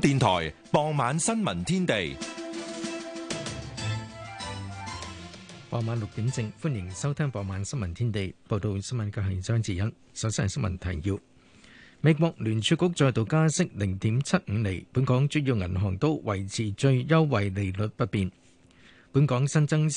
電台傍晚新聞天地， 傍晚6點正，歡迎收聽傍晚新聞天地。報道新聞嘅係張智欣。首先係新聞提要：美國聯儲局再度加息0.75厘，本港主要銀行都維持最優惠利率不變。本港新增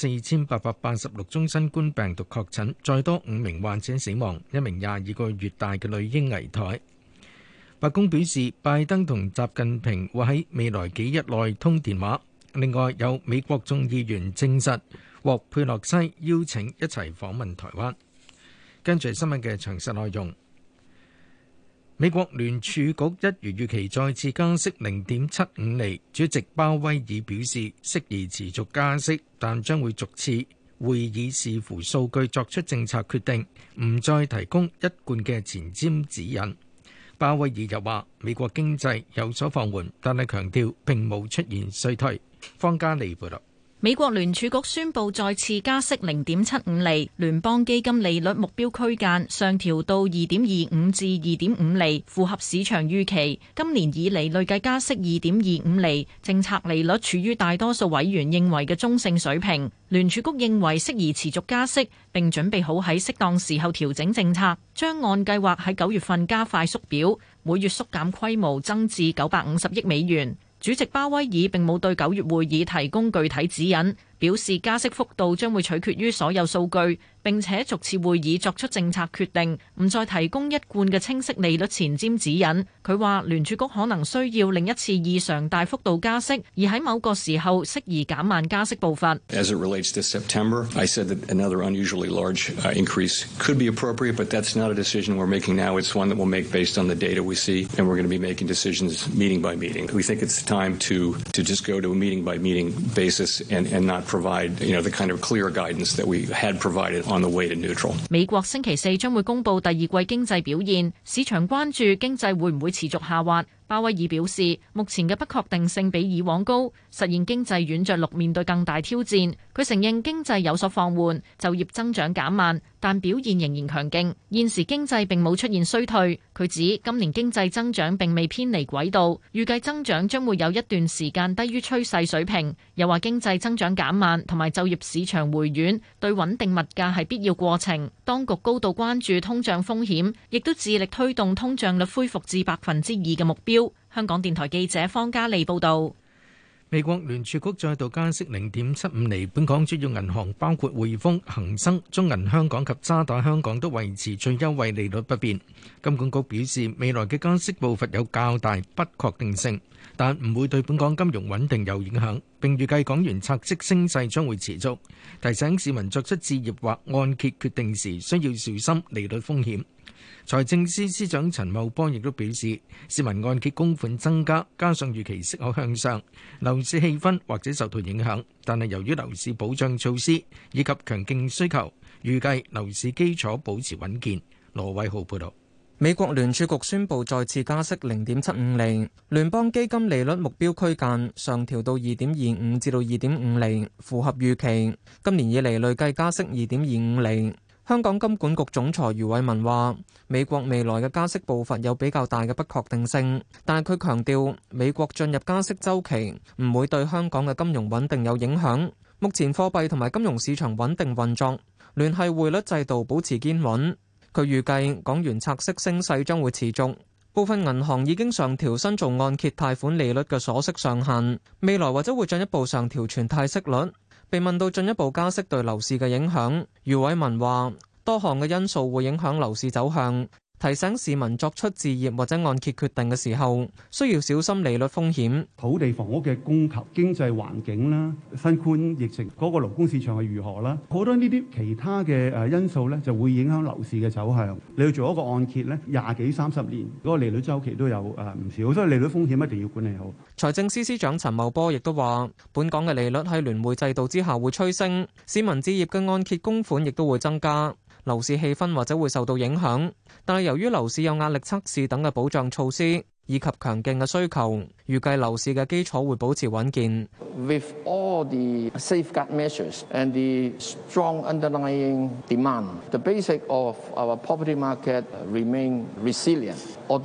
4886宗新冠病毒確診，再多5名患者死亡，一名22個月大嘅女嬰危殆。白宮表示，拜登同習近平會喺未來幾日內通電話。另外，有美國眾議員證實獲佩洛西邀請一齊訪問台灣。跟住新聞嘅詳細內容。美國聯儲局一如預期再次加息0.75厘，主席鮑威爾表示適宜持續加息，但將會逐次會議視乎數據作出政策決定，唔再提供一貫嘅前瞻指引。鮑威爾又話美國經濟有所放緩，但係強調並冇出現衰退。方嘉利報道。 美國聯儲局宣布再次加息0.75厘，聯邦基金利率目標區間上調到2.25至2.5厘，符合市場預期。今年以嚟累計加息2.25厘，政策利率處於大多數委員認為嘅中性水平。聯儲局認為適宜持續加息，並準備好喺適當時候調整政策，將按計劃喺9月份加快縮表，每月縮減規模增至950億美元。主席鮑威爾並冇對9月會議提供具體指引，表示加息幅度將會取決於所有數據，並且逐次會議作出政策決定，唔再提供一貫嘅清晰利率前瞻指引。佢話聯儲局可能需要另一次異常大幅度加息，而喺某個時候適宜減慢加息步伐。 As it relates to September, I said that another unusually large increase could be appropriate, but that's not a decision we're making now. It's one that we'll make based on the data we see, and we're going to be making decisions meeting by meeting. We think it's time to just go to a meeting by meeting basis and not provide, the kind of clear guidance that we had provided on the way to neutral. 美國星期四將會公布第二季經濟表現，市場關注經濟會唔會持續下滑。鮑威爾表示，目前嘅不確定性比以往高，實現經濟軟着陸面對更大挑戰。佢承認經濟有所放緩，就業增長減慢，但表現仍然強勁。現時經濟並冇出現衰退。佢指今年經濟增長並未偏離軌道，預計增長將會有一段時間低於趨勢水平。又話經濟增長減慢同埋就業市場回軟，對穩定物價係必要過程。當局高度關注通脹風險，亦都致力推動通脹率恢復至2%嘅目標。香港電台記者方嘉利報道。 美國聯儲局再度加息0.75厘，本港主要銀行包括匯豐、恒生、中銀香港及渣打香港都維持最優惠利率不變。金管局表示，未來嘅加息步伐有較大不確定性，但唔會對本港金融穩定有影響。並預計港元拆息升勢將會持續，提醒市民作出置業或按揭決定時需要小心利率風險。財政司司長陳茂波亦都表示，市民按揭供款增加，加上預期息口向上，樓市氣氛或者受到影響。但係由於樓市保障措施以及強勁需求，預計樓市基礎保持穩健。羅偉浩報導。 美國聯儲局宣布再次加息0.75厘，聯邦基金利率目標區間上調到2.25至到2.5厘，符合預期。今年以嚟累計加息2.25厘。香港金管局總裁余偉文話，美國未來嘅加息步伐有比較大嘅不確定性，但係佢強調美國進入加息週期唔會對香港嘅金融穩定有影響。目前貨幣同埋金融市場穩定運作，聯繫匯率制度保持堅穩。佢預計港元拆息升勢將會持續，部分銀行已經上調新造按揭貸款利率嘅鎖息上限，未來或者會進一步上調存貸息率。被問到進一步加息對樓市嘅影響，余偉文話多項嘅因素會影響樓市走向，提醒市民作出置業或者按揭決定嘅時候，需要小心利率風險。土地房屋嘅供求、經濟環境啦、新冠疫情嗰個勞工市場係如何啦，好多呢啲其他嘅因素咧，就會影響樓市嘅走向。你要做一個按揭咧，20幾30年嗰個利率週期都有唔少，所以利率風險一定要管理好。財政司司長陳茂波亦都話，本港嘅利率喺聯匯制度之下會趨升，市民置業嘅按揭供款亦都會增加。樓市氣氛或者會受到影響，但係由於樓市有壓力測試等嘅保障措施，以及強勁嘅需求，預計樓市嘅基礎會保持穩健。 With all the safeguard measures and the strong underlying demand, the basic of our property market remain resilient. Although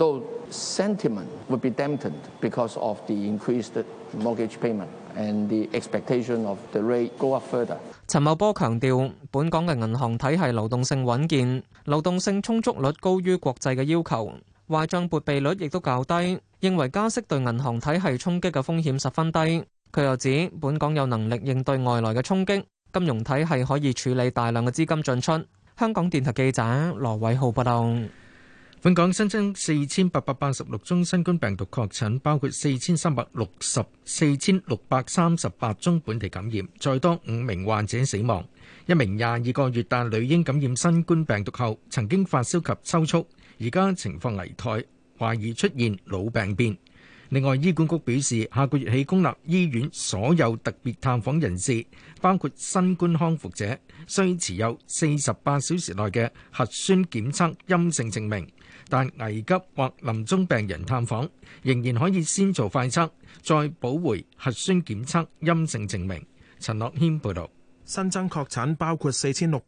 sentiment would be dampened because of the increased mortgage payment and the expectation of the rate go up further. 陳茂波強調，本港嘅銀行體系流動性穩健，流動性充足率高於國際嘅要求，壞帳撥備率亦都較低，認為加息對銀行體系衝擊嘅風險十分低。佢又指，本港有能力應對外來嘅衝擊，金融體系可以處理大量嘅資金進出。香港電台記者羅偉浩報道。 本港新增4886宗新冠病毒確診，包括4638宗本地感染，再多5名患者死亡。一名22個月大女嬰感染新冠病毒後，曾經發燒及抽搐，而家情況危殆，懷疑出現腦病變。另外，醫管局表示，下個月起公立醫院所有特別探訪人士，包括新冠康復者，需持有48小時內嘅核酸檢測陰性證明。但危急或臨終病人探訪，仍然可以先做快測，再補回核酸檢測陰性證明。陳樂軒報導。 新增確診包括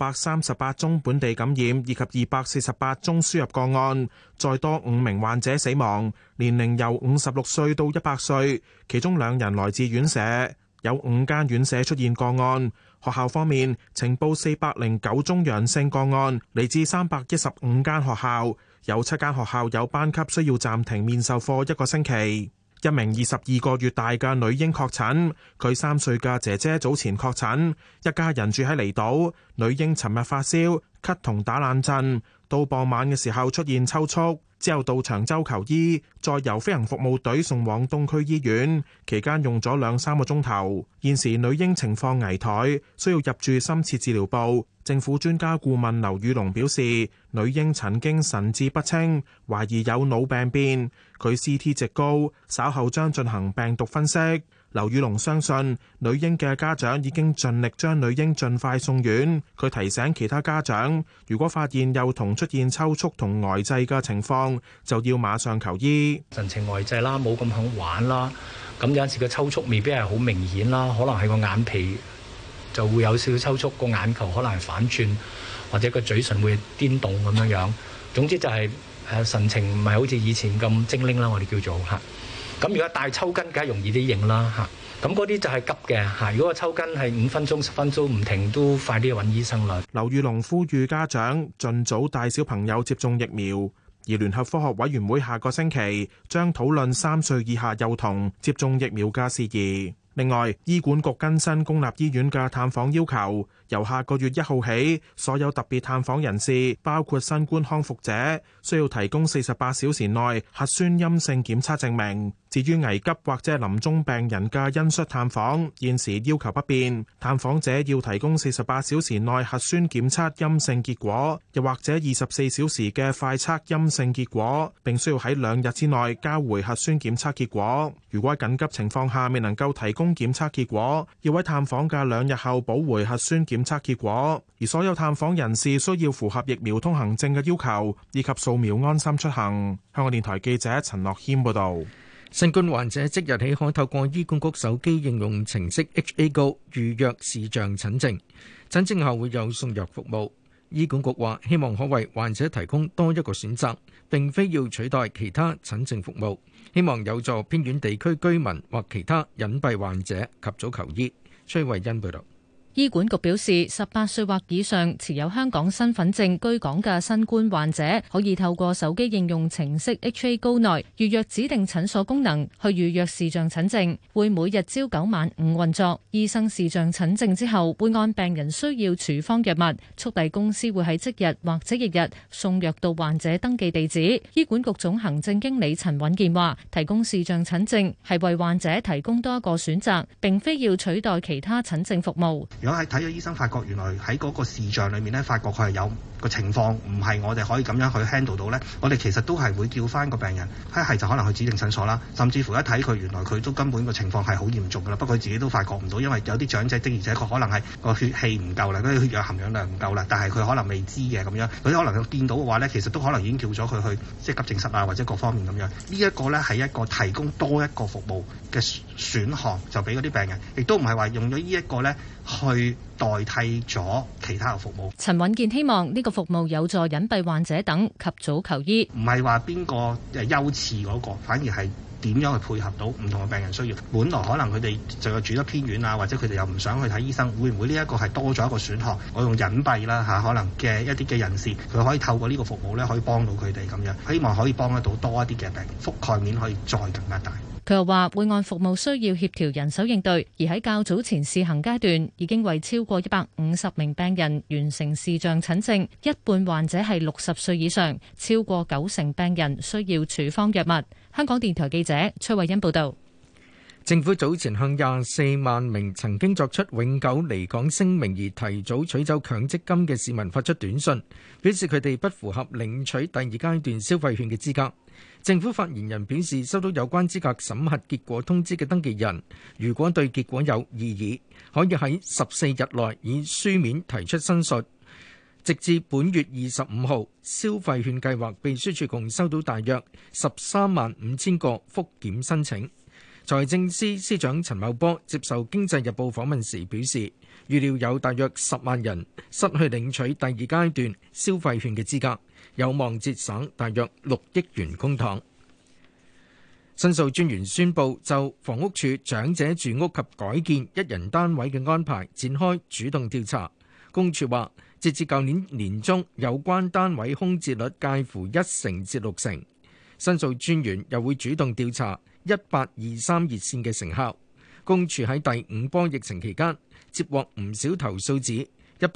4638宗本地感染以及248宗輸入個案，再多5名患者死亡，年齡由56歲到100歲，其中2人來自院舍，有5間院舍出現個案。學校方面，呈報409宗陽性個案，嚟自315間學校，有7間學校有班級需要暫停面授課1個星期。一名22個月大嘅女嬰確診，佢3歲嘅姐姐早前確診，一家人住喺離島。女嬰尋日發燒、咳同打冷震，到傍晚嘅時候出現抽搐，之後到長洲求醫，再由飛行服務隊送往東區醫院，期間用咗2-3個鐘頭。現時女嬰情況危殆，需要入住深切治療部。政府專家顧問劉宇龍表示，女嬰曾經神志不清，懷疑有腦病變，佢 CT 值高，稍後將進行病毒分析。劉宇龍相信女嬰嘅家長已經盡力將女嬰盡快送院。佢提醒其他家長，如果發現幼童出現抽搐同呆滯嘅情況，就要馬上求醫。 神情呆滯啦，冇咁肯玩啦，咁有陣時嘅抽搐未必係好明顯啦，可能係個眼皮就會有少少抽搐，個眼球可能係反轉，或者個嘴唇會顛動咁樣樣。總之就係神情唔係好似以前咁精靈啦，我哋叫做嚇。咁如果帶抽筋，梗係容易啲認啦嚇。咁嗰啲就係急嘅嚇。如果個抽筋係5分鐘、10分鐘唔停，都快啲去揾醫生啦。 劉宇龍呼籲家長盡早帶小朋友接種疫苗，而聯合科學委員會下個星期將討論3歲以下幼童接種疫苗嘅事宜。另外，醫管局更新公立醫院嘅探訪要求，由下個月1號起，所有特別探訪人士，包括新冠康復者，需要提供48小時內核酸陰性檢測證明。至於危急或者臨終病人嘅恩恤探訪，現時要求不變，探訪者要提供48小時內核酸檢測陰性結果，又或者24小時嘅快測陰性結果，並需要喺2日之內交回核酸檢測結果。如果喺緊急情況下未能夠提供檢測結果，要喺探訪嘅2日後補回核酸檢測結果。而所有探訪人士需要符合疫苗通行證嘅要求，以及掃描安心出行。香港電台記者陳樂謙報道。 新冠患者即日起可透過醫管局手機應用程式 HA Go 預約視像診症，診症後會有送藥服務。醫管局話希望可為患者提供多一個選擇，並非要取代其他診症服務，希望有助偏遠地區居民或其他隱蔽患者及早求醫。崔慧欣報道。 醫管局表示，18歲或以上持有香港身份證居港嘅新冠患者，可以透過手機應用程式 HA Go 內預約指定診所功能去預約視像診症，會每日朝9晚5運作。醫生視像診症之後，會按病人需要處方藥物，速遞公司會喺即日或者翌日送藥到患者登記地址。醫管局總行政經理陳允健話，提供視像診症係為患者提供多一個選擇，並非要取代其他診症服務。 如果係睇咗醫生，發覺原來喺嗰個視像裏面咧，發覺佢係有個情況，唔係我哋可以咁樣去 handle 到咧。我哋其實都係會叫翻個病人，一係就可能去指定診所啦，甚至乎一睇佢原來佢都根本個情況係好嚴重噶啦，不過佢自己都發覺唔到，因為有啲長者的而且確可能係個血氣唔夠啦，嗰啲血氧含氧量唔夠啦，但係佢可能未知嘅咁樣，佢可能見到嘅話咧，其實都可能已經叫咗佢去即係急症室啊，或者各方面咁樣。呢一個咧係一個提供多一個服務嘅選項就俾嗰啲病人，亦都唔係話用咗呢一個咧去代替咗其他嘅服務。 陳允健希望呢個服務有助隱蔽患者等及早求醫， 唔係話邊個優次嗰個，反而係點樣去配合到唔同嘅病人需要。本來可能佢哋就要住得偏遠啊，或者佢哋又唔想去睇醫生，會唔會呢一個係多咗一個選項？我用隱蔽啦嚇，可能嘅一啲嘅人士，佢可以透過呢個服務咧，可以幫到佢哋咁樣，希望可以幫得到多一啲嘅病，覆蓋面可以再更加大。 佢又話會按服務需要協調人手應對，而喺較早前試行階段已經為超過150名病人完成視像診症，一半患者係60歲以上，超過90%病人需要處方藥物。香港電台記者崔慧欣報道。 政府早前向24萬名曾經作出永久離港聲明而提早取走強積金嘅市民發出短信，表示佢哋不符合領取第二階段消費券嘅資格。政府發言人表示，收到有關資格審核結果通知嘅登記人，如果對結果有異議，可以喺14日內以書面提出申述。直至本月25號，消費券計劃秘書處共收到大約13萬5千個復檢申請。財政司司長陳茂波接受《經濟日報》訪問時表示，預料有大約10萬人失去領取第二階段消費券嘅資格，有望節省大約6億元公帑。申訴專員宣布就房屋署長者住屋及改建一人單位嘅安排展開主動調查。公署話，截至舊年年中，有關單位空置率介乎1成至6成。申訴專員又會主動調查1823熱線嘅成效。公署喺第5波疫情期間接獲唔少投訴，指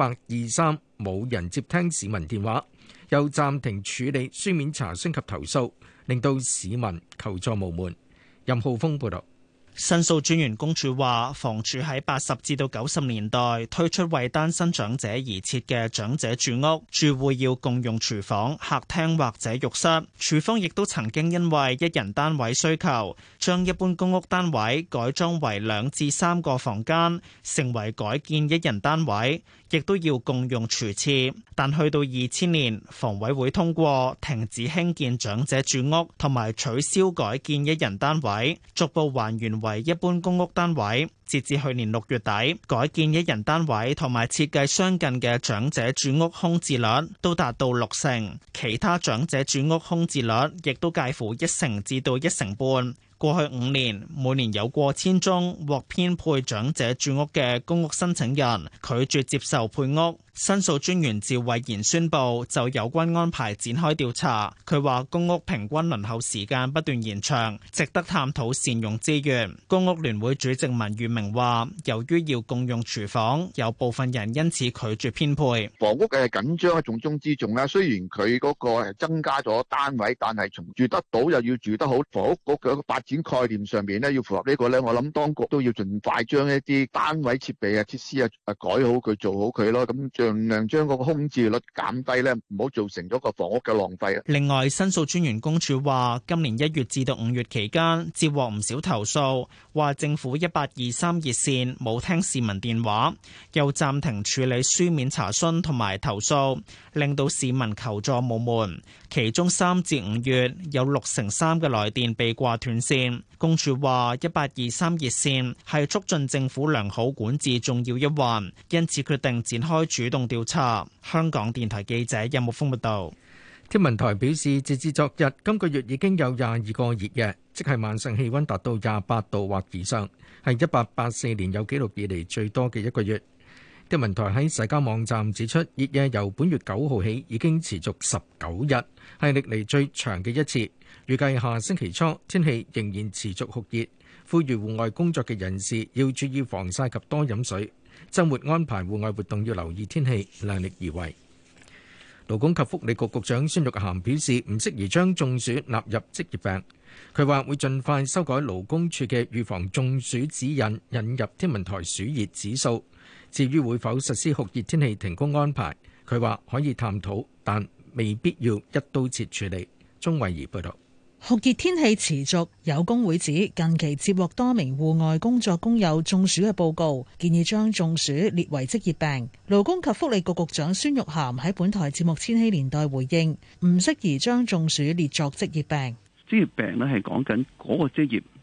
1823冇人接聽市民電話，又暫停處理書面查詢及投訴，令到市民求助無門。任浩峰報導。 申訴專員公署話，房署喺80至到90年代推出為單身長者而設嘅長者住屋，住戶要共用廚房、客廳或者浴室。署方亦都曾經因為一人單位需求，將一般公屋單位改裝為2至3個房間，成為改建一人單位，亦都要共用廚廁。但去到2000年，房委會通過停止興建長者住屋，同埋取消改建一人單位，逐步還原為一般公屋單位。截至去年6月底，改建一人單位同埋設計相近嘅長者住屋空置率都達到6成，其他長者住屋空置率亦都介乎1成至到1成半。過去5年，每年有過千宗獲編配長者住屋嘅公屋申請人拒絕接受配屋。申訴專員趙慧賢宣布就有關安排展開調查。佢話公屋平均輪候時間不斷延長，值得探討善用資源。公屋聯會主席文裕明話，由於要共用廚房，有部分人因此拒絕編配。 房屋嘅緊張係重中之重啦。雖然佢嗰個係增加咗單位，但係從住得到又要住得好，房屋局嘅發展概念上面咧，要符合呢個咧，我諗當局都要盡快將一啲單位設備啊、設施啊改好佢，做好佢咯。咁盡量將嗰個空置率減低咧，唔好造成咗個房屋嘅浪費啊。 另外，申訴專員公署話，今年1月至到5月期間，接獲唔少投訴，話政府1823熱線冇聽市民電話，又暫停處理書面查詢同埋投訴，令到市民求助無門。其中3至5月有6成3嘅來電被掛斷線。公署話1823熱線係促進政府良好管治重要一環，因此決定展開主動調查。香港電台記者任木峰報道。 天文台表示，截至昨日，今個月已經有22個熱夜，即係晚上氣溫達到28度或以上，係1884年有紀錄以嚟最多嘅一個月。天文台喺社交網站指出，熱夜由本月9號起已經持續19日，係歷嚟最長嘅一次。預計下星期初天氣仍然持續酷熱，呼籲戶外工作嘅人士要注意防曬及多飲水。週末安排戶外活動要留意天氣，量力而為。勞工及福利局局長孫玉菡表示，唔適宜將中暑納入職業病。佢話會盡快修改勞工處嘅預防中暑指引，引入天文台暑熱指數。至於會否實施酷熱天氣停工安排，佢話可以探討，但未必要一刀切處理。鍾慧儀報導。 酷熱天氣持續，有工會指近期接獲多名戶外工作工友中暑嘅報告，建議將中暑列為職業病。勞工及福利局局長孫玉菡喺本台節目《千禧年代》回應，唔適宜將中暑列作職業病。 職業病咧係講緊嗰個職業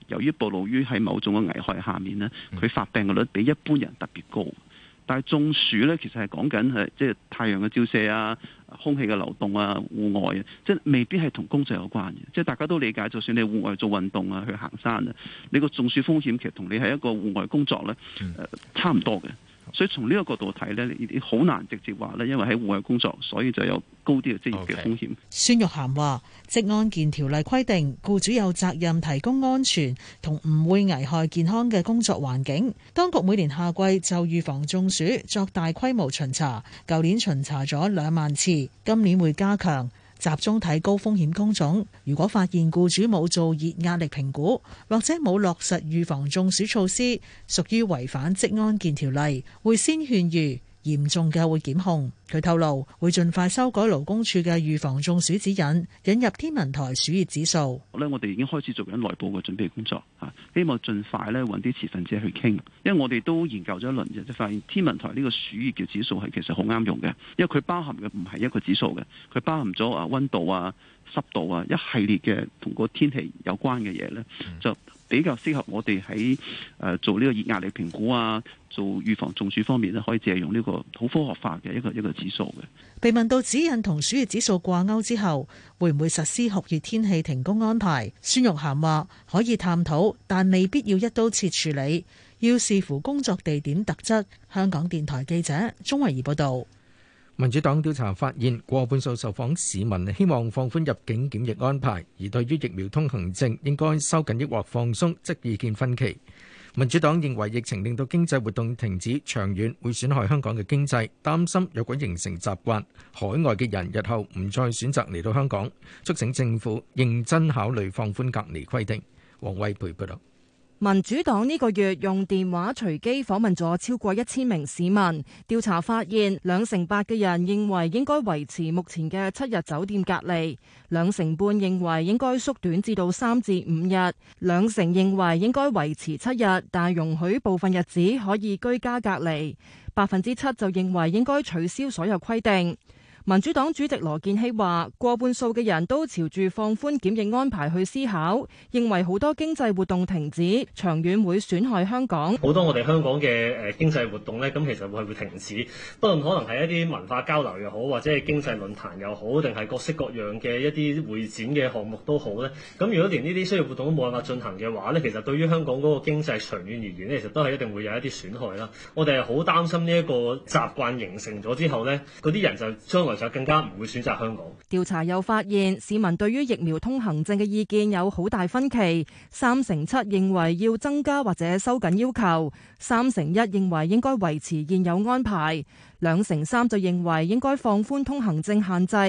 由於暴露於喺某種嘅危害下面呢，佢發病嘅率比一般人特別高。但係中暑呢，其實係講緊係即係太陽嘅照射啊、空氣嘅流動啊、戶外啊，即係未必係同工作有關嘅。即係大家都理解，就算你戶外做運動啊、去行山啊，你個中暑風險其實同你係一個戶外工作呢差唔多嘅。所以從呢個角度睇呢，你好難直接話呢，因為喺戶外工作，所以就有高啲嘅職業嘅風險。 孫玉菡話：職安健條例規定，僱主有責任提供安全同唔會危害健康嘅工作環境。當局每年夏季就預防中暑作大規模巡查，舊年巡查咗2萬次，今年會加強。集中睇高風險工種，如果發現僱主冇做熱壓力評估，或者冇落實預防中暑措施，屬於違反職安健條例，會先勸喻，嚴重嘅會檢控。佢透露會盡快修改勞工處嘅預防中暑指引，引入天文台暑熱指數。 我哋已經開始做緊內部嘅準備工作，希望盡快咧揾啲持份者去傾。因為我哋都研究咗一輪嘅，就發現天文台呢個暑熱嘅指數係其實好啱用嘅，因為佢包含嘅唔係一個指數嘅，佢包含咗溫度啊、濕度啊一系列嘅同個天氣有關嘅嘢咧，就比較適合我哋喺做呢個熱壓力評估啊、做預防中暑方面咧，可以借用呢個好科學化嘅一個指數嘅。 被問到指引同暑熱指數掛鈎之後，會唔會實施酷熱天氣停工安排？孫玉菡話可以探討，但未必要一刀切處理，要視乎工作地點特質。香港電台記者鍾慧儀報道。 民主黨調查發現，過半數受訪市民希望放寬入境檢疫安排，而對於疫苗通行證應該收緊抑或放鬆，則意見分歧。民主黨認為疫情令到經濟活動停止，長遠會損害香港嘅經濟，擔心若果形成習慣，海外嘅人日後唔再選擇嚟到香港，促請政府認真考慮放寬隔離規定。黃惠培報道。 民主黨呢個月用電話隨機訪問咗超過1000名市民，調查發現28%嘅人認為應該維持目前嘅7日酒店隔離，2成半認為應該縮短至到3至5日，2成認為應該維持7日，但容許部分日子可以居家隔離，7%就認為應該取消所有規定。民主黨主席羅健熙話：過半數嘅人都朝住放寬檢疫安排去思考，認為好多經濟活動停止，長遠會損害香港。 好多我哋香港嘅經濟活動呢，咁其實會停止，不論可能係一啲文化交流又好，或者係經濟論壇又好，定係各式各樣嘅一啲會展嘅項目都好咧。咁如果連呢啲商業活動都冇辦法進行嘅話呢，其實對於香港嗰個經濟長遠而言呢，其實都係一定會有一啲損害啦。我哋係好擔心呢一個習慣形成咗之後呢，嗰啲人就將來就更加唔會選擇香港。 調查又發現，市民對於疫苗通行證嘅意見有好大分歧，3成7認為要增加或者收緊要求，3成1認為應該維持現有安排，2成3就認為應該放寬通行證限制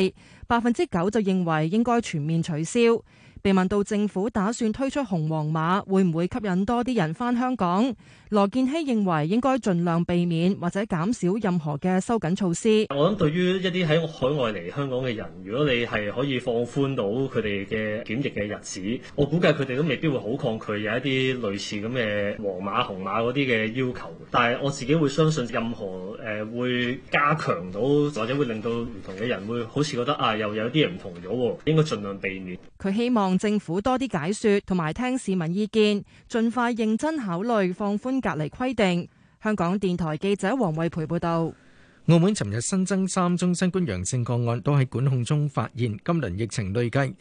，9%就認為應該全面取消。被問到政府打算推出紅黃碼，會唔會吸引多啲人返香港？羅健熙認為應該盡量避免或者減少任何嘅收緊措施。 我諗對於一啲喺海外嚟香港嘅人，如果你係可以放寬到佢哋嘅檢疫嘅日子，我估計佢哋都未必會好抗拒有一啲類似咁嘅黃碼紅碼嗰啲嘅要求。但係我自己會相信任何會加強到或者會令到唔同嘅人會好似覺得又有啲嘢唔同咗，應該盡量避免。 佢希望政府多啲解說同埋聽市民意見，盡快認真考慮放寬隔離規定。香港電台記者黃惠培報道。 澳門尋日新增3宗新冠陽性個案，都喺管控中發現。今輪疫情累計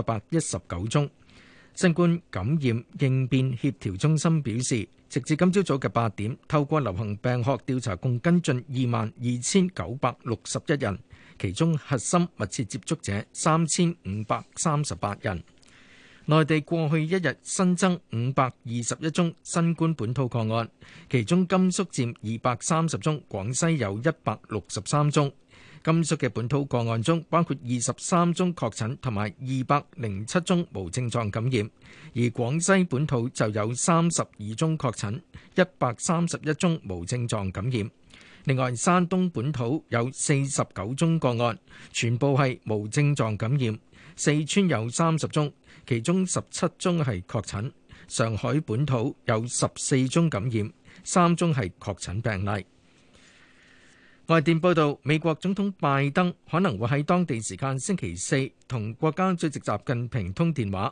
1819宗。新冠感染應變協調中心表示，直至今朝早嘅8點，透過流行病學調查共跟進22,961人，其中核心密切接觸者3,538人。內地過去一日新增521宗新冠本土個案，其中甘肅佔230宗，廣西有163宗。甘肅嘅本土個案中，包括23宗確診同埋207宗無症狀感染，而廣西本土就有32宗確診，131宗無症狀感染。另外，山東本土有49宗個案，全部係無症狀感染。四川有30宗，其中17宗係確診。上海本土有14宗感染，3宗係確診病例。外電報道，美國總統拜登可能會喺當地時間星期四同國家主席習近平通電話。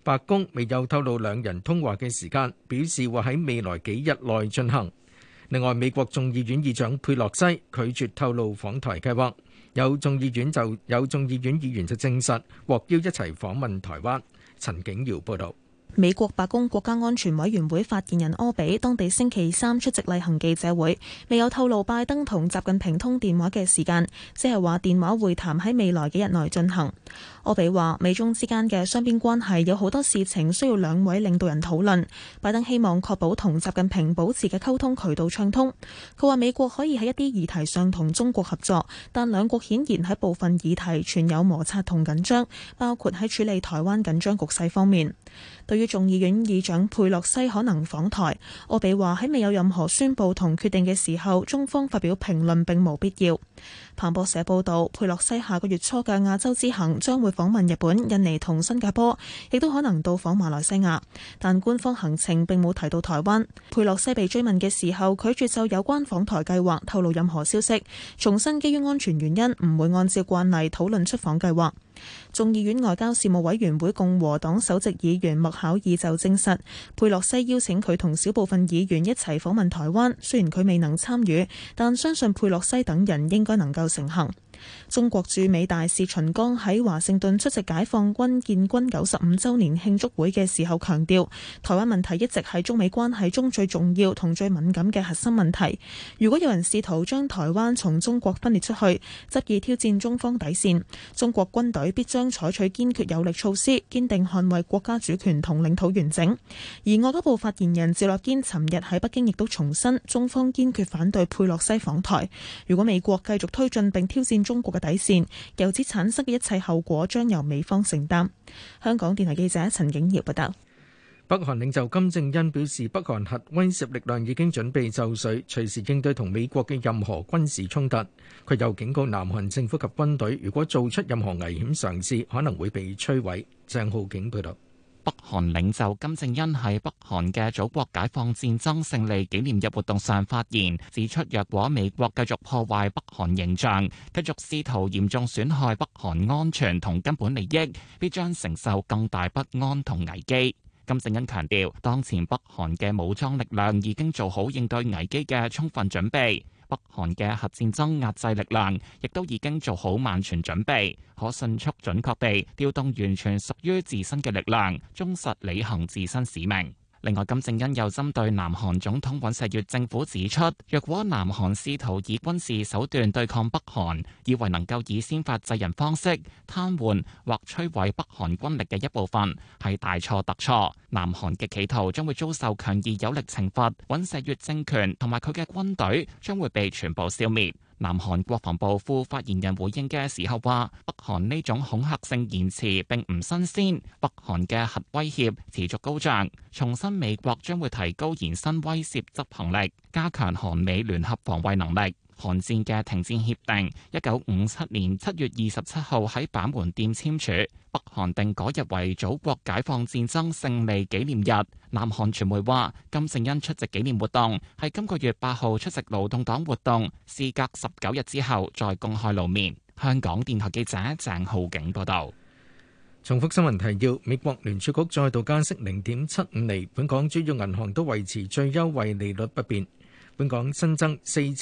白宮未有透露兩人通話嘅時間，表示會喺未來幾日內進行。另外，美國眾議院議長佩洛西拒絕透露訪台計劃，有眾議院議員就證實獲邀一齊訪問台灣。陳景堯報道。 美國白宮國家安全委員會發言人柯比當地星期三出席例行記者會，未有透露拜登同習近平通電話嘅時間，只係話電話會談喺未來幾日內進行。柯比話，美中之間嘅雙邊關係有好多事情需要兩位領導人討論，拜登希望確保同習近平保持嘅溝通渠道暢通。佢話美國可以喺一啲議題上同中國合作，但兩國顯然喺部分議題存有摩擦同緊張，包括喺處理台灣緊張局勢方面。對於眾議院議長佩洛西可能訪台，柯比話喺未有任何宣佈同決定嘅時候，中方發表評論並無必要。彭博社報道，佩洛西下個月初嘅亞洲之行將會訪問日本、印尼同新加坡，亦都可能到訪馬來西亞，但官方行程並冇提到台灣。佩洛西被追問嘅時候，拒絕就有關訪台計劃透露任何消息，重申基於安全原因唔會按照慣例討論出訪計劃。眾議院外交事務委員會共和黨首席議員麥考爾就證實，佩洛西邀請佢同小部分議員一齊訪問台灣，雖然佢未能參與，但相信佩洛西等人應該能夠成行。中國駐美大使秦剛喺華盛頓出席解放軍建軍95週年慶祝會嘅時候強調，台灣問題一直係中美關係中最重要同最敏感嘅核心問題。如果有人試圖將台灣從中國分裂出去，執意挑戰中方底線，中國軍隊必將採取堅決有力措施，堅定捍衛國家主權同領土完整。而外交部發言人趙立堅尋日喺北京亦都重申，中方堅決反對佩洛西訪台。如果美國繼續推進並挑戰中國嘅底線，由此產生嘅一切後果將由美方承擔。香港電台記者陳景堯報道。 北韓領袖金正恩表示，北韓核威懾力量已經準備就緒，隨時應對同美國嘅任何軍事衝突。佢又警告南韓政府及軍隊，如果做出任何危險嘗試，可能會被摧毀。鄭浩景報道。 北韓領袖金正恩喺北韓嘅祖國解放戰爭勝利紀念日活動上發言，指出若果美國繼續破壞北韓形象，繼續試圖嚴重損害北韓安全同根本利益，必將承受更大不安同危機。金正恩強調，當前北韓嘅武裝力量已經做好應對危機嘅充分準備。北韓嘅核戰爭壓制力量亦都已經做好萬全準備，可迅速準確地調動完全屬於自身嘅力量，忠實履行自身使命。另外，金正恩又針對南韓總統尹錫悅政府指出，若果南韓試圖以軍事手段對抗北韓，以為能夠以先發制人方式癱瘓或摧毀北韓軍力嘅一部分，係大錯特錯。南韓嘅企圖將會遭受強而有力懲罰，尹錫悅政權同埋佢嘅軍隊將會被全部消滅。南韓國防部副發言人回應嘅時候話，北韓呢種恐嚇性言辭並唔新鮮，北韓嘅核威脅持續高漲，重申美國將會提高延伸威懾執行力，加強韓美聯合防衛能力。韓戰嘅停戰協定1957年7月27號喺板門店簽署，北韓定嗰日為祖國解放戰爭勝利紀念日。南韓傳媒話，金正恩出席紀念活動係今個月8號出席勞動黨活動，事隔19日之後再公開露面。香港電台記者鄭浩景報道。 重複新聞提要：美國聯儲局再度加息0.75厘，本港主要銀行都維持最優惠利率不變。本港新增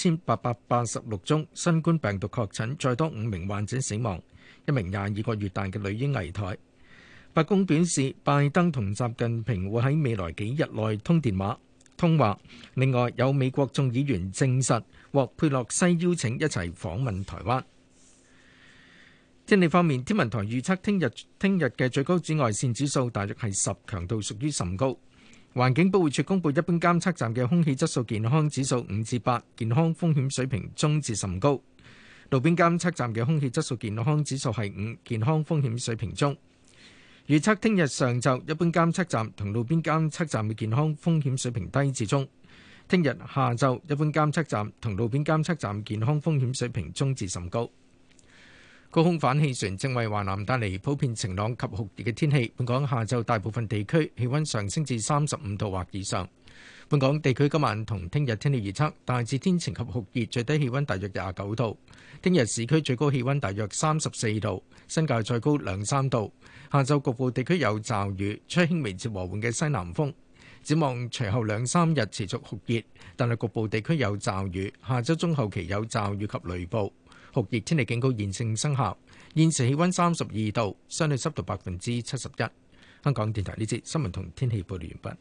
4886宗新冠病毒確診，再多5名患者死亡，一名22個月大嘅女嬰危殆。白宮表示，拜登同習近平會喺未來幾日內通話。另外，有美國眾議員證實獲佩洛西邀請一齊訪問台灣。天氣方面，天文台預測聽日嘅最高紫外線指數大約係10，強度屬於甚高。環境保護署公布，一般監測站嘅空氣質素健康指數5至8，健康風險水平中至甚高；路邊監測站嘅空氣質素健康指數係5，健康風險水平中。預測聽日上晝一般監測站同路邊監測站嘅健康風險水平低至中；聽日下晝一般監測站同路邊監測站健康風險水平中至甚高。高空反氣旋正為華南帶嚟普遍晴朗及酷熱嘅天氣。本港下晝大部分地區氣溫上升至35度或以上。 本港地區今晚同聽日天氣預測大致天晴及酷熱，最低氣溫大約29度。聽日市區最高氣溫大約34度，新界再高2-3度。下晝局部地區有驟雨，吹輕微至和緩嘅西南風。展望隨後2-3日持續酷熱，但係局部地區有驟雨。下週中後期有驟雨及雷暴。酷熱天氣警告現正生效。現時氣溫32度，相對濕度71%。香港電台呢節新聞同天氣報道完畢。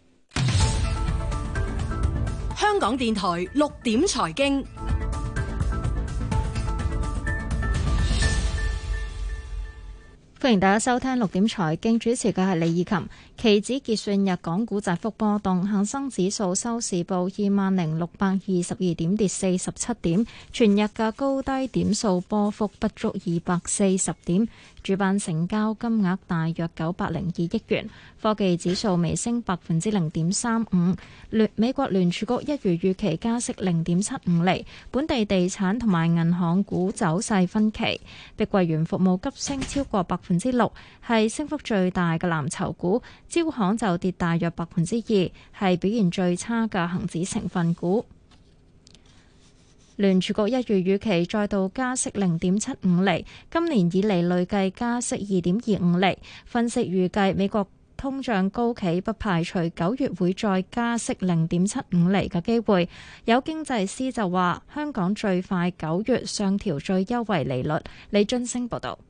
香港電台6點財經。 歡迎大家收聽6點財經，主持嘅係李以琴。期指結算日，港股窄幅波動，恒生指數收市報20,622點，跌47點，全日嘅高低點數波幅不足240點。主板成交金額大約902億元，科技指數微升0.35%。美國聯儲局一如預期加息0.75厘，本地地產同埋銀行股走勢分歧。碧桂園服務急升超過6%，係升幅最大嘅藍籌股。招行就跌大約2%，係表現最差嘅恒指成分股。聯儲局一如預期再度加息0.75厘，今年以嚟累計加息2.25厘。分析預計美國通脹高企，不排除9月會再加息0.75厘嘅機會。有經濟師就話，香港最快9月上調最優惠利率。李津升報導。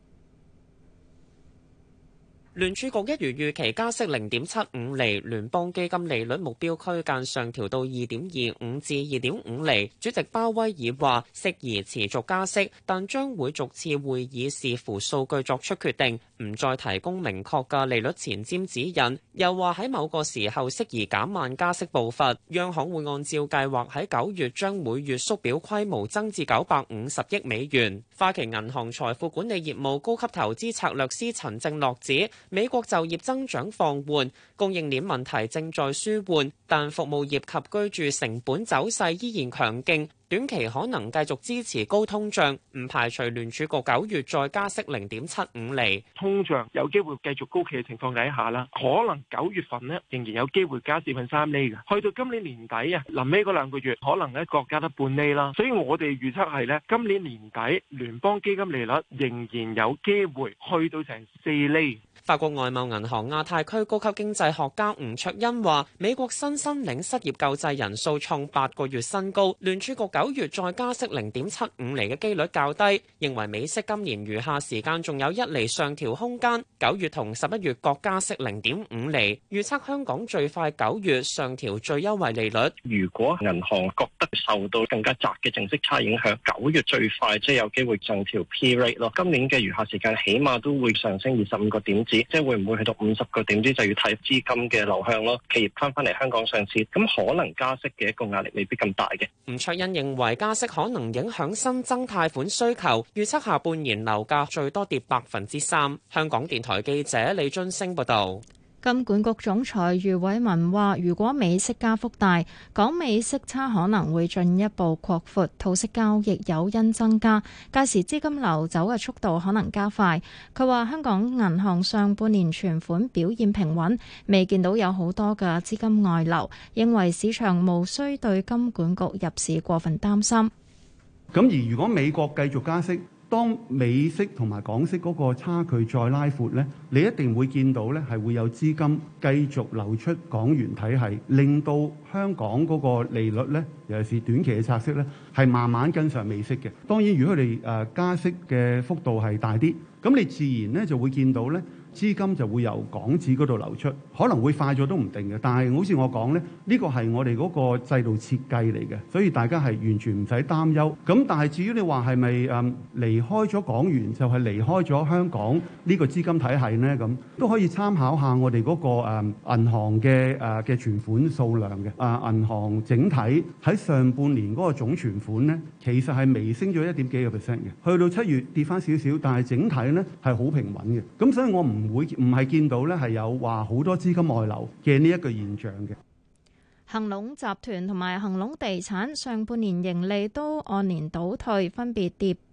聯儲局一如預期加息0.75厘，聯邦基金利率目標區間上調到2.25至2.5厘。主席鮑威爾話適宜持續加息，但將會逐次會議視乎數據作出決定，唔再提供明確嘅利率前瞻指引。又話喺某個時候適宜減慢加息步伐。央行會按照計劃喺9月將每月縮表規模增至950億美元。花旗銀行財富管理業務高級投資策略師陳正樂指，美國就業增長放緩，供應鏈問題正在舒緩，但服務業及居住成本走勢依然強勁，短期可能繼續支持高通脹，唔排除聯儲局9月再加息0.75厘。 通脹有機會繼續高企嘅情況底下啦，可能9月份呢仍然有機會加4.3厘嘅，去到今年年底啊，臨尾嗰2個月可能一個加得半厘啦。所以我哋預測係呢，今年年底聯邦基金利率仍然有機會去到成4厘。 法國外貿銀行亞太區高級經濟學家吳卓恩話，美國新申領失業救濟人數創8個月新高，聯儲局9月再加息0.75厘嘅機率較低，認為美息今年餘下時間仲有1厘上調空間，9月同11月各加息0.5厘，預測香港最快9月上調最優惠利率。 如果銀行覺得受到更加窄嘅淨息差影響，9月最快即係有機會上調 P rate 咯。今年嘅餘下時間起碼都會上升25個點子，即係會唔會去到50個點子就要睇資金嘅流向咯。企業翻嚟香港上市，咁可能加息嘅一個壓力未必咁大嘅。 吳卓恩認為加息可能影響新增貸款需求，預測下半年樓價最多跌3%。香港電台記者李津升報導。 金管局總裁余偉文話，如果美息加幅大，港美息差可能會進一步擴闊，套息交易誘因增加，屆時資金流走嘅速度可能加快。佢話香港銀行上半年存款表現平穩，未見到有好多嘅資金外流，認為市場無需對金管局入市過分擔心。 咁而如果美國繼續加息，當美息同埋港息嗰個差距再拉闊呢，你一定會見到呢係會有資金繼續流出港元體系，令到香港嗰個利率呢，尤其是短期嘅拆息呢，係慢慢跟上美息嘅。當然，如果佢哋加息嘅幅度係大啲，咁你自然呢就會見到呢，資金就會由港紙嗰度流出，可能會快咗都唔定嘅。但係好似我講呢，呢個係我哋嗰個制度設計嚟嘅，所以大家係完全唔使擔憂。咁但係至於你話係咪離開咗港元就係離開咗香港呢個資金體系呢？咁都可以參考下我哋嗰個銀行嘅存款數量嘅。銀行整體喺上半年嗰個總存款呢，其實係微升咗1.幾個%嘅，去到7月跌翻少少，但係整體呢係好平穩嘅。咁所以我唔係見到咧係有話好多資金外流嘅呢一個現象嘅。 恒隆集團同埋恒隆地產上半年盈利都按年倒退，分別跌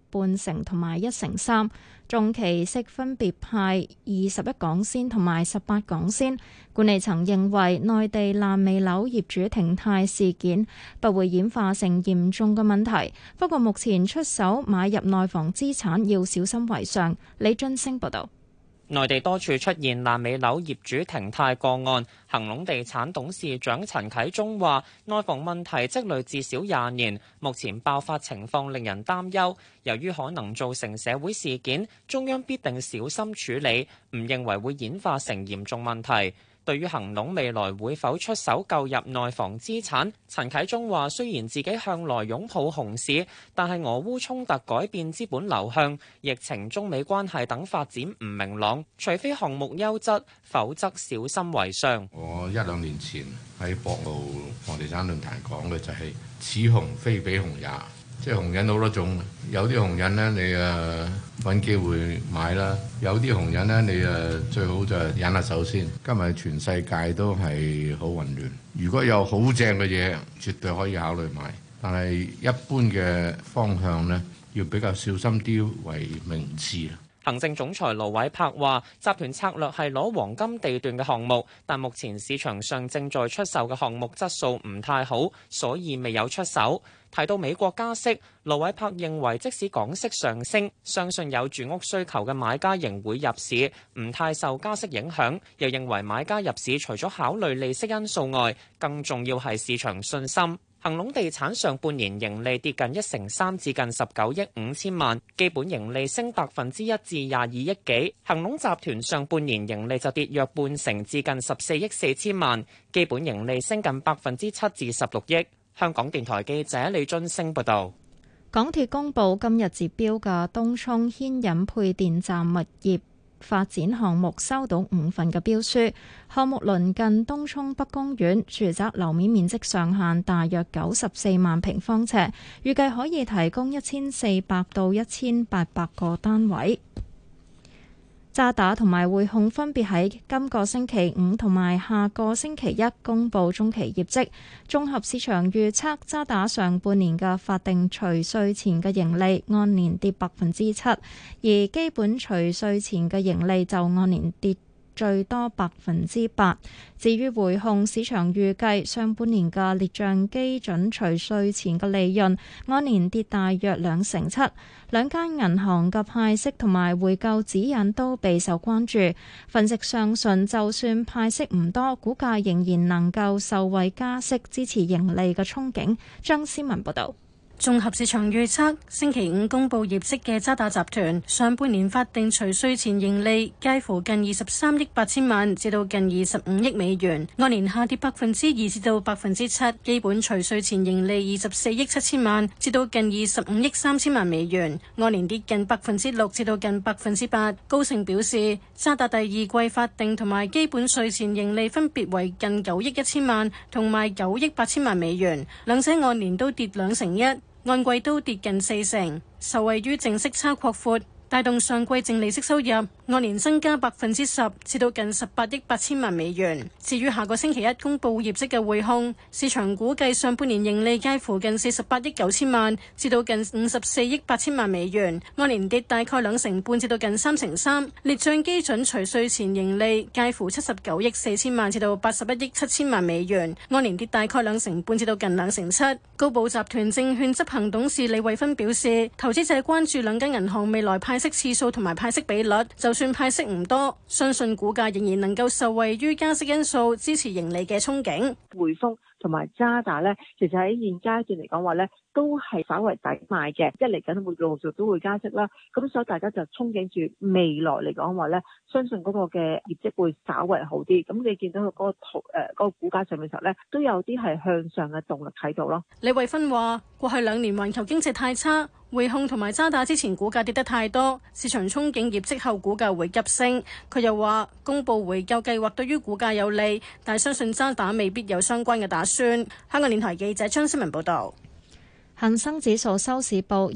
半成同埋1成3，中期息分別派21港仙同埋18港仙。管理層認為內地爛尾樓業主停貸事件不會演化成嚴重嘅問題，不過目前出手買入內房資產要小心為上。李津升報導。 內地多處出現爛尾樓業主停貸個案，恒隆地產董事長陳啟宗話：內房問題積累至少20年，目前爆發情況令人擔憂。由於可能造成社會事件，中央必定小心處理，唔認為會演化成嚴重問題。對於恒隆未來會否出手購入內房資產，陳啟宗話：雖然自己向來擁抱熊市，但係俄烏衝突改變資本流向、疫情、中美關係等發展唔明朗，除非項目優質，否則小心為上。 我1-2年前喺博鰲房地產論壇講嘅就係：此熊非彼熊也。即係熊人好多種，有啲熊人呢，你揾機會買啦；有啲熊人呢，你最好就忍下手先。今日全世界都係好混亂，如果有好正嘅嘢，絕對可以考慮買。但係一般嘅方向呢，要比較小心啲為明智。 行政總裁盧偉柏話：集團策略係攞黃金地段嘅項目，但目前市場上正在出售嘅項目質素唔太好，所以未有出手。提到美國加息，盧偉柏認為即使港息上升，相信有住屋需求嘅買家仍會入市，唔太受加息影響。又認為買家入市除咗考慮利息因素外，更重要係市場信心。恒隆地產上半年盈利跌近1成3至近19億5千萬，基本盈利升1%至22億幾。恒隆集團上半年盈利就跌約半成至近14億4千萬，基本盈利升近7%至16億。香港電台記者李津升報道。 港鐵公布今日截標嘅東涌牽引配電站物業發展項目收到5份嘅標書，項目鄰近東涌北公園，住宅樓面面積上限大約94萬平方尺，預計可以提供1400到1800個單位。渣打同埋匯控分別喺今個星期五同埋下個星期一公布中期業績，綜合市場預測，渣打上半年嘅法定除稅前嘅盈利按年跌7%，而基本除稅前嘅盈利就按年跌最多8%。至於匯控，市場預計上半年嘅列賬基準除稅前嘅利潤按年跌大約2%7%。兩間銀行嘅派息同埋回購指引都備受關注。分析相信，就算派息唔多，股價仍然能夠受惠加息支持盈利嘅憧憬。張思文報導。 綜合市場預測，星期五公佈業績嘅渣打集團上半年法定除稅前盈利介乎近23億8千萬至到近25億美元，按年下跌2%至到7%。基本除稅前盈利24億7千萬至到近25億3千萬美元，按年跌近6%至到近8%。高盛表示，渣打第二季法定同埋基本稅前盈利分別為近9億1千萬同埋9億8千萬美元，兩者按年都跌2%，按季都跌近4成，受惠於淨息差擴闊，帶動上季淨利息收入按年增加10%至到近18億8千萬美元。至於下個星期一公佈業績嘅匯控，市場估計上半年盈利介乎近48億9千萬至到近54億8千萬美元，按年跌大概2成半至到近3%。列賬基準除稅前盈利介乎79億4千萬至到81億7千萬美元，按年跌大概2成半至到近2成7。高寶集團證券執行董事李慧芬表示，投資者關注兩間銀行未來派息次數同埋派息比率，就算派息唔多，相信股價仍然能夠受惠於加息因素支持盈利嘅憧憬。 匯豐同埋渣打咧，其實喺現階段嚟講話咧，都係稍為抵買嘅，即係嚟緊會陸續都會加息啦。咁所以大家就憧憬住未來嚟講話咧，相信嗰個嘅業績會稍為好啲。咁你見到佢嗰個圖嗰個股價上面嘅時候咧，都有啲係向上嘅動力喺度咯。 李慧芬話：過去2年環球經濟太差，匯控同埋渣打之前股價跌得太多，市場憧憬業績後股價會急升。佢又話公佈回購計劃對於股價有利，但係相信渣打未必有相關嘅打算。香港電台記者張思文報道。 恒生指數收市報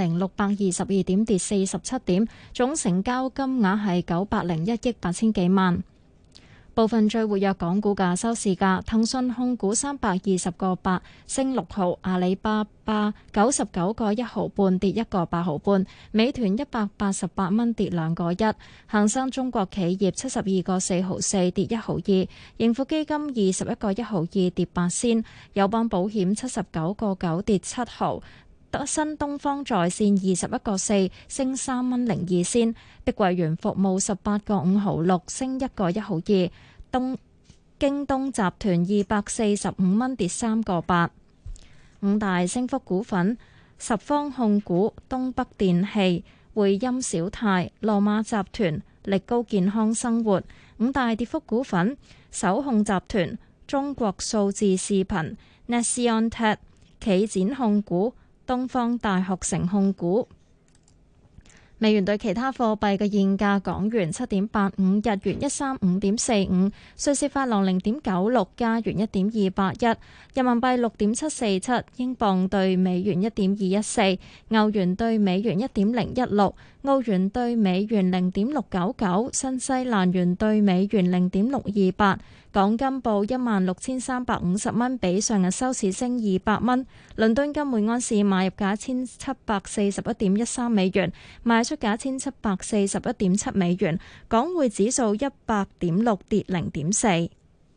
20,622點，跌47點，總成交金額係901億8千幾萬。 部分最活躍港股嘅收市價：騰訊控股320個8升6毫，阿里巴巴99個1毫半跌1個8毫半，美團188蚊跌2個1，恒生中國企業72個4毫4跌1毫2，盈富基金21個1毫2跌8仙，友邦保險79個9跌7毫。新東方在線21個4升3蚊02仙，碧桂園服務18個5毫6升1個1毫2，京東集團245蚊跌3個8。五大升幅股份：十方控股、東北電器、匯鑫小泰、羅馬集團、力高健康生活。五大跌幅股份：首控集團、中國數字視頻、Nasion Tech、企展控股、東方大學城控股。美元對其他貨幣嘅現價：港元7.85，日元135.45，瑞士法郎0.96，加元1.281，人民幣6.747，英鎊對美元1.214，歐元對美元1.016，澳元對美元0.699，新西蘭元對美元0.628。港金報16,350蚊，比上日收市升200蚊。倫敦金每安士買入價1,741.13美元，賣出價1,741.7美元。港匯指數100.6跌0.4。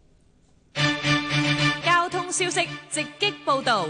交通消息直擊報導。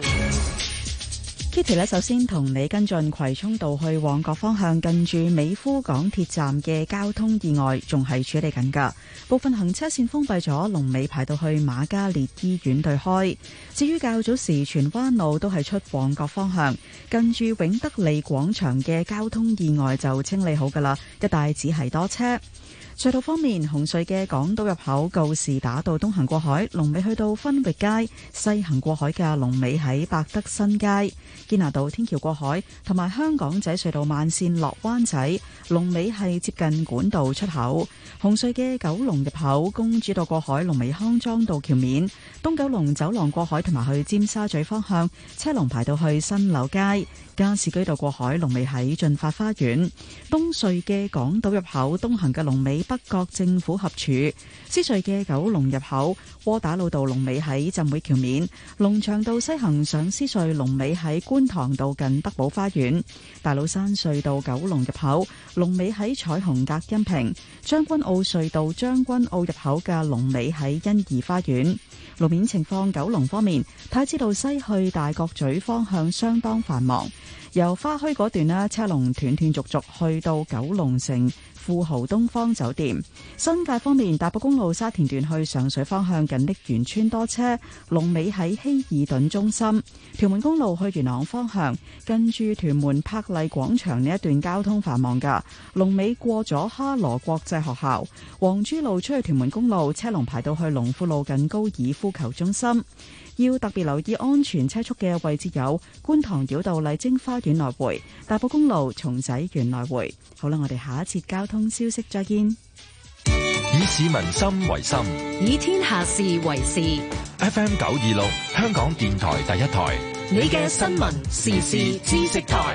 Kitty 呢，首先同你跟進葵涌道去旺角方向近住美孚港鐵站嘅交通意外，仲係處理緊㗎。部分行車線封閉咗，龍尾排到去瑪嘉烈醫院對開。至於較早時荃灣路都係出旺角方向，近住永德利廣場嘅交通意外就清理好㗎啦，一帶只係多車。隧道方面，紅隧嘅港島入口告士打道東行過海，龍尾去到分域街；西行過海嘅龍尾喺百德新街。堅拿道天橋過海同埋香港仔隧道慢線落灣仔，龍尾係接近管道出口。紅隧嘅九龍入口公主道過海，龍尾康莊道橋面。東九龍走廊過海同埋去尖沙咀方向，車龍排到去新柳街。加士居道過海龍尾喺駿發花園。東隧嘅港島入口東行嘅龍尾北角政府合署。獅隧嘅九龍入口窩打老道龍尾喺浸會橋面。龍翔道西行上獅隧龍尾喺觀塘道近德寶花園。大老山隧道九龍入口龍尾喺彩虹隔音屏。將軍澳隧道將軍澳入口嘅龍尾喺欣怡花園。路面情況，九龍方面，太子道西去大角咀方向相當繁忙，由花墟嗰段呢，車龍斷斷續續去到九龍城富豪東方酒店。新界方面，大埔公路沙田段去上水方向近瀝源村多車，龍尾喺希爾頓中心。屯門公路去元朗方向近住屯門柏麗廣場呢一段交通繁忙噶，龍尾過咗哈羅國際學校。黃珠路出去屯門公路車龍排到去龍富路近高爾夫球中心。要特別留意安全車速嘅位置有觀塘繞道麗晶花園來回、大埔公路松仔園來回。好啦，我哋下一節交通消息再見。 以市民心為心， 以天下事為事。 FM 926，香港電台第一台， 你嘅新聞時事知識台。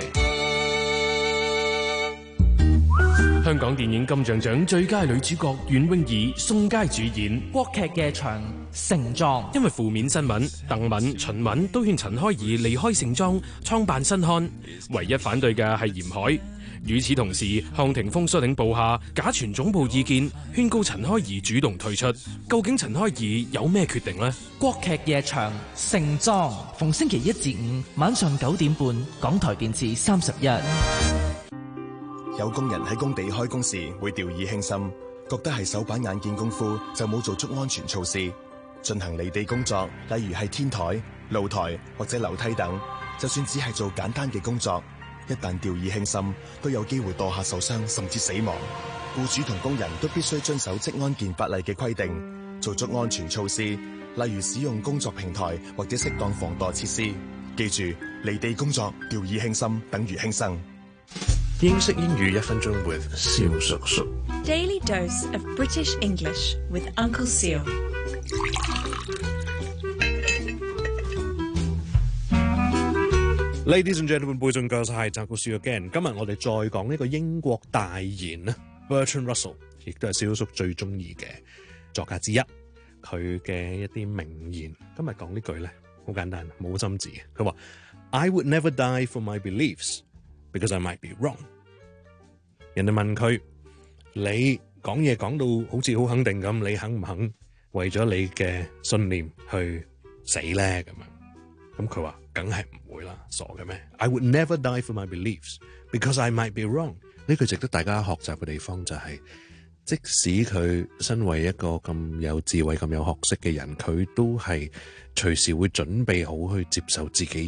香港電影金像獎最佳女主角袁詠儀、宋佳主演國劇夜場盛裝。 因為負面新聞，鄧敏、秦敏都勸陳開怡離開盛裝，創辦新刊，唯一反對嘅係嚴海。與此同時，康霆鋒率領部下假傳總部意見，勸告陳開怡主動退出。究竟陳開怡有咩決定呢？ 國劇夜場盛裝，逢星期一至五晚上9點半，港台電視31。 有工人喺工地開工時會掉以輕心，覺得係手板眼見功夫就冇做足安全措施。進行離地工作，例如係天台、露台或者樓梯等，就算只係做簡單嘅工作，一旦掉以輕心，都有機會墮下受傷甚至死亡。僱主同工人都必須遵守職安健法例嘅規定，做足安全措施，例如使用工作平台或者適當防墮設施。記住，離地工作掉以輕心等於輕生。 英式英語1分鐘 with 蕭叔叔。 Daily dose of British English with Uncle Seal。 Ladies and gentlemen, boys and girls, hi, Uncle Seal again。 今日我哋再講呢個英國大賢啊 Bertrand Russell， 亦都係蕭叔最中意嘅作家之一，佢嘅一啲名言。今日講呢句咧，好簡單，冇心字。佢話 I would never die for my beliefs because I might be wrong。人哋問佢，你講嘢講到好似好肯定咁，你肯唔肯為咗你嘅信念去死咧？咁樣，咁佢話梗係唔會啦，傻嘅咩 ？I would never die for my beliefs because I might be wrong。呢句值得大家學習嘅地方就係，即使佢身為一個咁有智慧、咁有學識嘅人，佢都係隨時會準備好去接受自己